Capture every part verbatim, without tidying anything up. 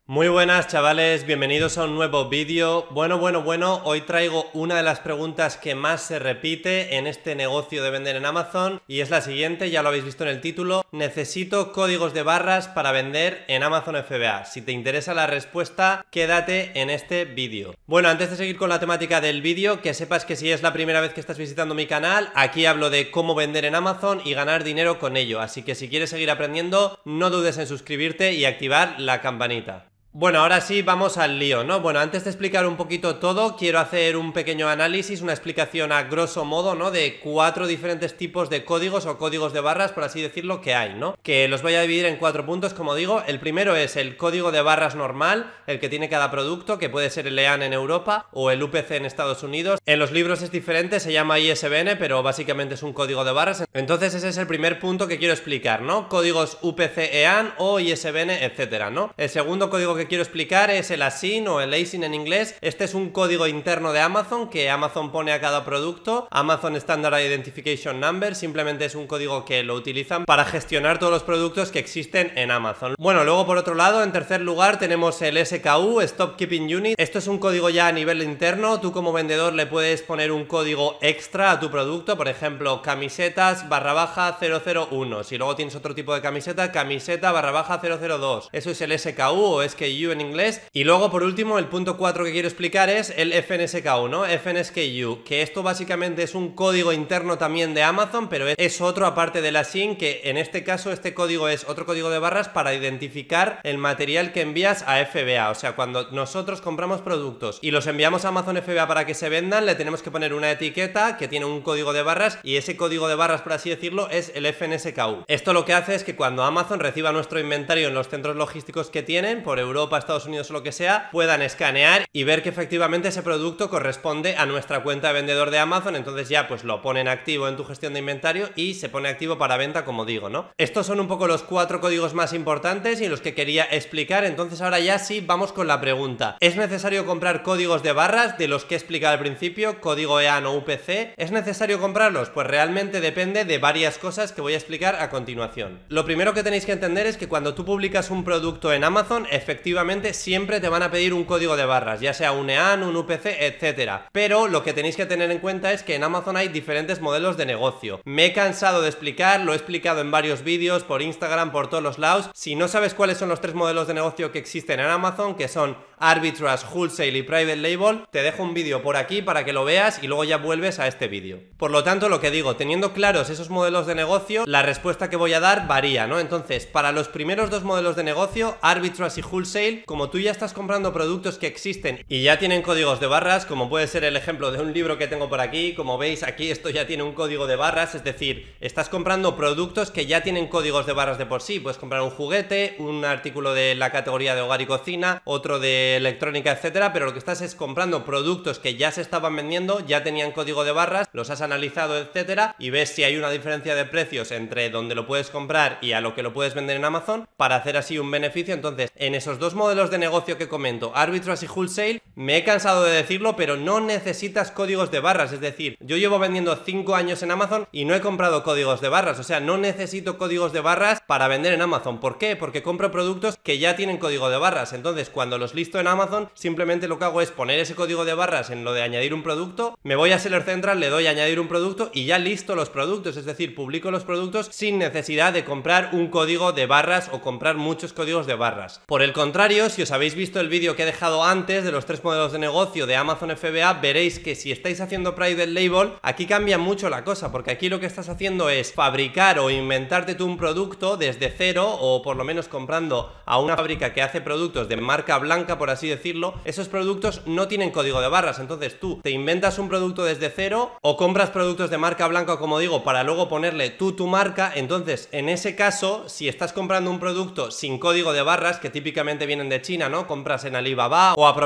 Muy buenas chavales, bienvenidos a un nuevo vídeo. Bueno, bueno, bueno, hoy traigo una de las preguntas que más se repite en este negocio de vender en Amazon y es la siguiente, ya lo habéis visto en el título: necesito códigos de barras para vender en Amazon F B A. Si te interesa la respuesta, quédate en este vídeo. Bueno, antes de seguir con la temática del vídeo, que sepas que si es la primera vez que estás visitando mi canal, aquí hablo de cómo vender en Amazon y ganar dinero con ello, así que si quieres seguir aprendiendo, no dudes en suscribirte y activar la campanita. Bueno, ahora sí, vamos al lío, ¿no? Bueno, antes de explicar un poquito todo, quiero hacer un pequeño análisis, una explicación a grosso modo, ¿no? De cuatro diferentes tipos de códigos o códigos de barras, por así decirlo, que hay, ¿no? Que los voy a dividir en cuatro puntos, como digo. El primero es el código de barras normal, el que tiene cada producto, que puede ser el E A N en Europa o el U P C en Estados Unidos. En los libros es diferente, se llama I S B N, pero básicamente es un código de barras. Entonces ese es el primer punto que quiero explicar, ¿no? Códigos U P C E A N o I S B N, etcétera, ¿no? El segundo código que quiero explicar es el A S I N o el A S I N en inglés. Este es un código interno de Amazon que Amazon pone a cada producto. Amazon Standard Identification Number, simplemente es un código que lo utilizan para gestionar todos los productos que existen en Amazon. Bueno, luego por otro lado, en tercer lugar tenemos el S K U, Stop Keeping Unit. Esto es un código ya a nivel interno. Tú como vendedor le puedes poner un código extra a tu producto, por ejemplo, camisetas barra baja cero cero uno. Si luego tienes otro tipo de camiseta, camiseta barra baja cero cero dos. Eso es el S K U o S K U en inglés. Y luego por último el punto cuatro que quiero explicar es el F N S K U, ¿no? F N S K U, que esto básicamente es un código interno también de Amazon, pero es otro aparte de la S I N, que en este caso este código es otro código de barras para identificar el material que envías a F B A. O sea, cuando nosotros compramos productos y los enviamos a Amazon F B A para que se vendan, le tenemos que poner una etiqueta que tiene un código de barras y ese código de barras, por así decirlo, es el F N S K U. Esto lo que hace es que cuando Amazon reciba nuestro inventario en los centros logísticos que tienen por Europa, Estados Unidos o lo que sea, puedan escanear y ver que efectivamente ese producto corresponde a nuestra cuenta de vendedor de Amazon. Entonces ya pues lo ponen activo en tu gestión de inventario y se pone activo para venta, como digo, ¿no? Estos son un poco los cuatro códigos más importantes y los que quería explicar. Entonces ahora ya sí vamos con la pregunta: ¿es necesario comprar códigos de barras de los que he explicado al principio, código E A N o U P C? ¿Es necesario comprarlos? Pues realmente depende de varias cosas que voy a explicar a continuación. Lo primero que tenéis que entender es que cuando tú publicas un producto en Amazon, efectivamente siempre te van a pedir un código de barras, ya sea un E A N, un U P C, etcétera. Pero lo que tenéis que tener en cuenta es que en Amazon hay diferentes modelos de negocio. Me he cansado de explicar, lo he explicado en varios vídeos, por Instagram, por todos los lados. Si no sabes cuáles son los tres modelos de negocio que existen en Amazon, que son Arbitrage, Wholesale y Private Label, te dejo un vídeo por aquí para que lo veas y luego ya vuelves a este vídeo. Por lo tanto, lo que digo, teniendo claros esos modelos de negocio, la respuesta que voy a dar varía, ¿no? Entonces, para los primeros dos modelos de negocio, Arbitrage y Wholesale, como tú ya estás comprando productos que existen y ya tienen códigos de barras, como puede ser el ejemplo de un libro que tengo por aquí, como veis aquí esto ya tiene un código de barras, es decir, estás comprando productos que ya tienen códigos de barras de por sí. Puedes comprar un juguete, un artículo de la categoría de hogar y cocina, otro de electrónica, etcétera, pero lo que estás es comprando productos que ya se estaban vendiendo, ya tenían código de barras, los has analizado, etcétera, y ves si hay una diferencia de precios entre donde lo puedes comprar y a lo que lo puedes vender en Amazon para hacer así un beneficio. Entonces, en esos dos modelos de negocio que comento, Arbitrage y Wholesale, me he cansado de decirlo, pero no necesitas códigos de barras. Es decir, yo llevo vendiendo cinco años en Amazon y no he comprado códigos de barras. O sea, no necesito códigos de barras para vender en Amazon. ¿Por qué? Porque compro productos que ya tienen código de barras. Entonces, cuando los listo en Amazon, simplemente lo que hago es poner ese código de barras en lo de añadir un producto, me voy a Seller Central, le doy a añadir un producto y ya listo los productos. Es decir, publico los productos sin necesidad de comprar un código de barras o comprar muchos códigos de barras. Por el contrario, si os habéis visto el vídeo que he dejado antes de los tres modelos de negocio de Amazon F B A, veréis que si estáis haciendo Private Label, aquí cambia mucho la cosa, porque aquí lo que estás haciendo es fabricar o inventarte tú un producto desde cero, o por lo menos comprando a una fábrica que hace productos de marca blanca, por así decirlo. Esos productos no tienen código de barras, entonces tú te inventas un producto desde cero o compras productos de marca blanca, como digo, para luego ponerle tú tu marca. Entonces, en ese caso, si estás comprando un producto sin código de barras, que típicamente vienen de China, ¿no? Compras en Alibaba o a proveedores similares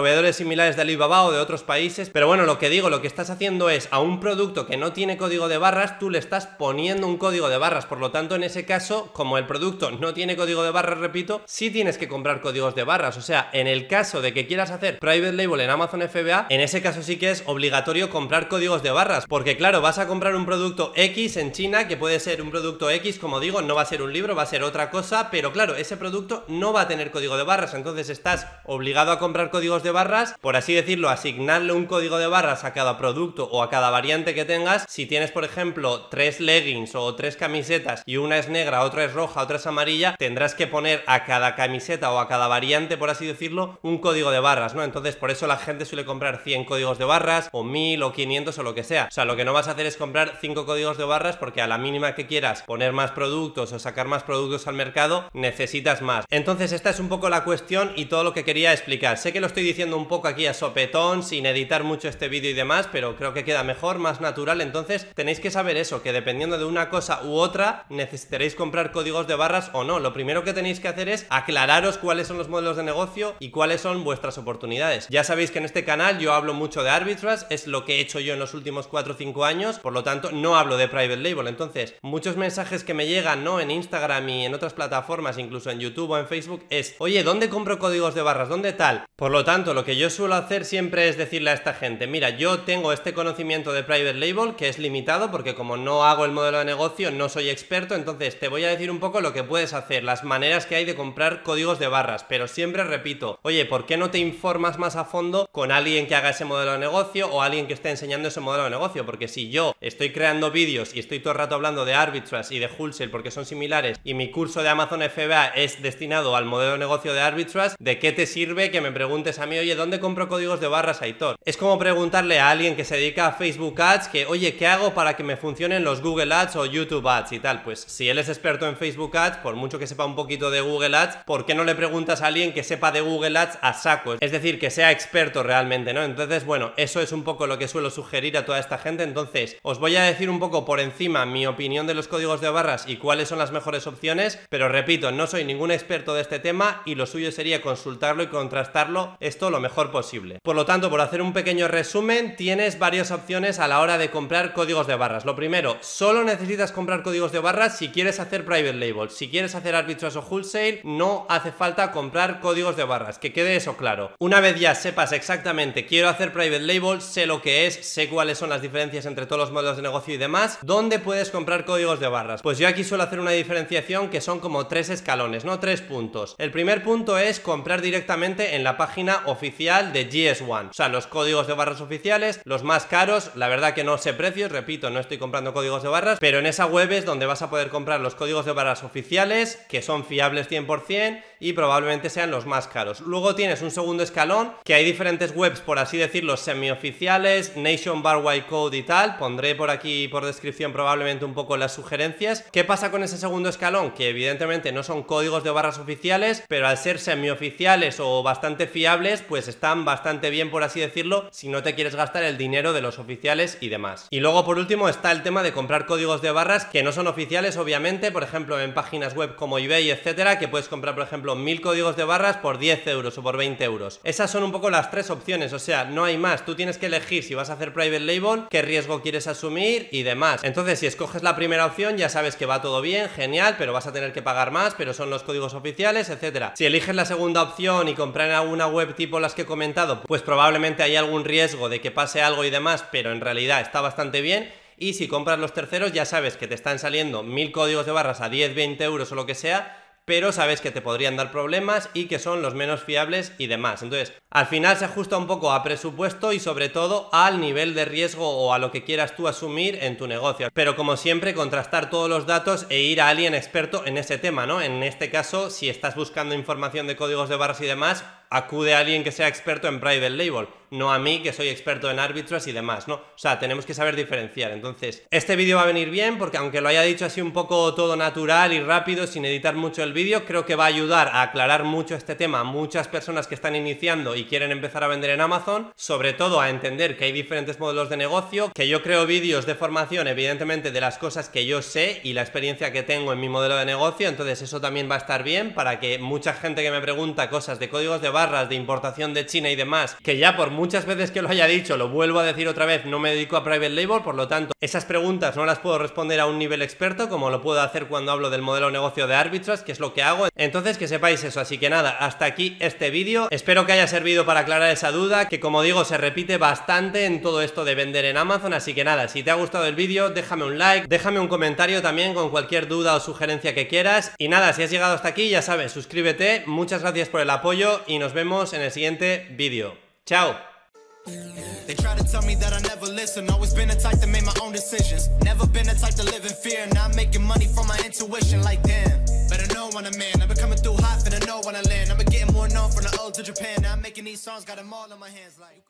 similares de Alibaba o de otros países, pero bueno, lo que digo, lo que estás haciendo es a un producto que no tiene código de barras, tú le estás poniendo un código de barras, por lo tanto en ese caso, como el producto no tiene código de barras, repito, sí tienes que comprar códigos de barras. O sea, en el caso de que quieras hacer private label en Amazon F B A, en ese caso sí que es obligatorio comprar códigos de barras, porque claro, vas a comprar un producto X en China, que puede ser un producto X, como digo, no va a ser un libro, va a ser otra cosa, pero claro, ese producto no va a tener código de barras, entonces estás obligado a comprar códigos de barras, por así decirlo, asignarle un código de barras a cada producto o a cada variante que tengas. Si tienes, por ejemplo, tres leggings o tres camisetas y una es negra, otra es roja, otra es amarilla, tendrás que poner a cada camiseta o a cada variante, por así decirlo, un código de barras, ¿no? Entonces por eso la gente suele comprar cien códigos de barras o mil o quinientos o lo que sea. O sea, lo que no vas a hacer es comprar cinco códigos de barras, porque a la mínima que quieras poner más productos o sacar más productos al mercado, necesitas más. Entonces esta es un poco la cuestión y todo lo que quería explicar. Sé que lo estoy diciendo un poco aquí a sopetón, sin editar mucho este vídeo y demás, pero creo que queda mejor, más natural. Entonces tenéis que saber eso, que dependiendo de una cosa u otra necesitaréis comprar códigos de barras o no. Lo primero que tenéis que hacer es aclararos cuáles son los modelos de negocio y cuáles son vuestras oportunidades. Ya sabéis que en este canal yo hablo mucho de arbitrage, es lo que he hecho yo en los últimos cuatro o cinco años, por lo tanto no hablo de private label. Entonces muchos mensajes que me llegan, ¿no?, en Instagram y en otras plataformas, incluso en YouTube o en Facebook, es: oye, ¿dónde compro códigos de barras? ¿Dónde tal? Por lo tanto, lo que yo suelo hacer siempre es decirle a esta gente: mira, yo tengo este conocimiento de private label que es limitado, porque como no hago el modelo de negocio, no soy experto, entonces te voy a decir un poco lo que puedes hacer, las maneras que hay de comprar códigos de barras, pero siempre repito, oye, ¿por qué no te informas más a fondo con alguien que haga ese modelo de negocio o alguien que esté enseñando ese modelo de negocio? Porque si yo estoy creando vídeos y estoy todo el rato hablando de arbitrage y de wholesale porque son similares, y mi curso de Amazon F B A es destinado al modelo de negocio de arbitrage, ¿de qué te sirve que me preguntes a mí: oye, ¿dónde compro códigos de barras, Aitor? Es como preguntarle a alguien que se dedica a Facebook Ads que: oye, ¿qué hago para que me funcionen los Google Ads o YouTube Ads y tal? Pues si él es experto en Facebook Ads, por mucho que sepa un poquito de Google Ads, ¿por qué no le preguntas a alguien que sepa de Google Ads a saco? Es decir, que sea experto realmente, ¿no? Entonces, bueno, eso es un poco lo que suelo sugerir a toda esta gente. Entonces, os voy a decir un poco por encima mi opinión de los códigos de barras y cuáles son las mejores opciones, pero repito, no soy ningún experto de este tema y lo suyo sería consultarlo y contrastarlo esto lo mejor posible. Por lo tanto, por hacer un pequeño resumen, tienes varias opciones a la hora de comprar códigos de barras. Lo primero, solo necesitas comprar códigos de barras si quieres hacer private label. Si quieres hacer arbitrage o wholesale, no hace falta comprar códigos de barras, que quede eso claro. Una vez ya sepas exactamente quiero hacer private label, sé lo que es, sé cuáles son las diferencias entre todos los modelos de negocio y demás, ¿dónde puedes comprar códigos de barras? Pues yo aquí suelo hacer una diferenciación que son como tres escalones, ¿no? Tres puntos. El primer punto es comprar directamente en la página oficial de G S uno, o sea, los códigos de barras oficiales, los más caros. La verdad que no sé precios, repito, no estoy comprando códigos de barras, pero en esa web es donde vas a poder comprar los códigos de barras oficiales, que son fiables cien por cien y probablemente sean los más caros. Luego tienes un segundo escalón, que hay diferentes webs, por así decirlo, semioficiales, Nation Bar Wide Code y tal. Pondré por aquí por descripción probablemente un poco las sugerencias. ¿Qué pasa con ese segundo escalón? Que evidentemente no son códigos de barras oficiales, pero al ser semioficiales o bastante fiables, pues están bastante bien, por así decirlo, si no te quieres gastar el dinero de los oficiales y demás. Y luego por último está el tema de comprar códigos de barras que no son oficiales, obviamente, por ejemplo en páginas web como eBay, etcétera, que puedes comprar por ejemplo mil códigos de barras por diez euros o por veinte euros. Esas son un poco las tres opciones, o sea, no hay más. Tú tienes que elegir si vas a hacer private label, qué riesgo quieres asumir y demás. Entonces, si escoges la primera opción, ya sabes que va todo bien, genial, pero vas a tener que pagar más, pero son los códigos oficiales, etcétera. Si eliges la segunda opción y comprar en alguna web tipo las que he comentado, pues probablemente hay algún riesgo de que pase algo y demás, pero en realidad está bastante bien. Y si compras los terceros, ya sabes que te están saliendo mil códigos de barras a diez, veinte euros o lo que sea, pero sabes que te podrían dar problemas y que son los menos fiables y demás. Entonces, al final se ajusta un poco a presupuesto y sobre todo al nivel de riesgo o a lo que quieras tú asumir en tu negocio. Pero como siempre, contrastar todos los datos e ir a alguien experto en ese tema, ¿no? En este caso, si estás buscando información de códigos de barras y demás, acude a alguien que sea experto en private label, no a mí, que soy experto en arbitrage y demás, ¿no? O sea, tenemos que saber diferenciar. Entonces, este vídeo va a venir bien porque aunque lo haya dicho así un poco todo natural y rápido, sin editar mucho el vídeo, creo que va a ayudar a aclarar mucho este tema a muchas personas que están iniciando y quieren empezar a vender en Amazon, sobre todo a entender que hay diferentes modelos de negocio, que yo creo vídeos de formación, evidentemente, de las cosas que yo sé y la experiencia que tengo en mi modelo de negocio. Entonces eso también va a estar bien para que mucha gente que me pregunta cosas de códigos de barras barras de importación de China y demás, que ya por muchas veces que lo haya dicho, lo vuelvo a decir otra vez, no me dedico a private label, por lo tanto esas preguntas no las puedo responder a un nivel experto como lo puedo hacer cuando hablo del modelo de negocio de Arbitrage, que es lo que hago. Entonces que sepáis eso, así que nada, hasta aquí este vídeo, espero que haya servido para aclarar esa duda, que como digo se repite bastante en todo esto de vender en Amazon, así que nada, si te ha gustado el vídeo déjame un like, déjame un comentario también con cualquier duda o sugerencia que quieras, y nada, si has llegado hasta aquí ya sabes, suscríbete, muchas gracias por el apoyo y nos vemos en el siguiente vídeo. ¡Chao! They try to tell me that I never listen. Always been the type to make my own decisions. Never been the type to live in fear. Now I'm making money from my intuition. Like damn, better know when I'm in. I've been coming through hot, finna know when I land. I've been getting more known from the old to Japan. Now I'm making these songs, got them all in my hands. Like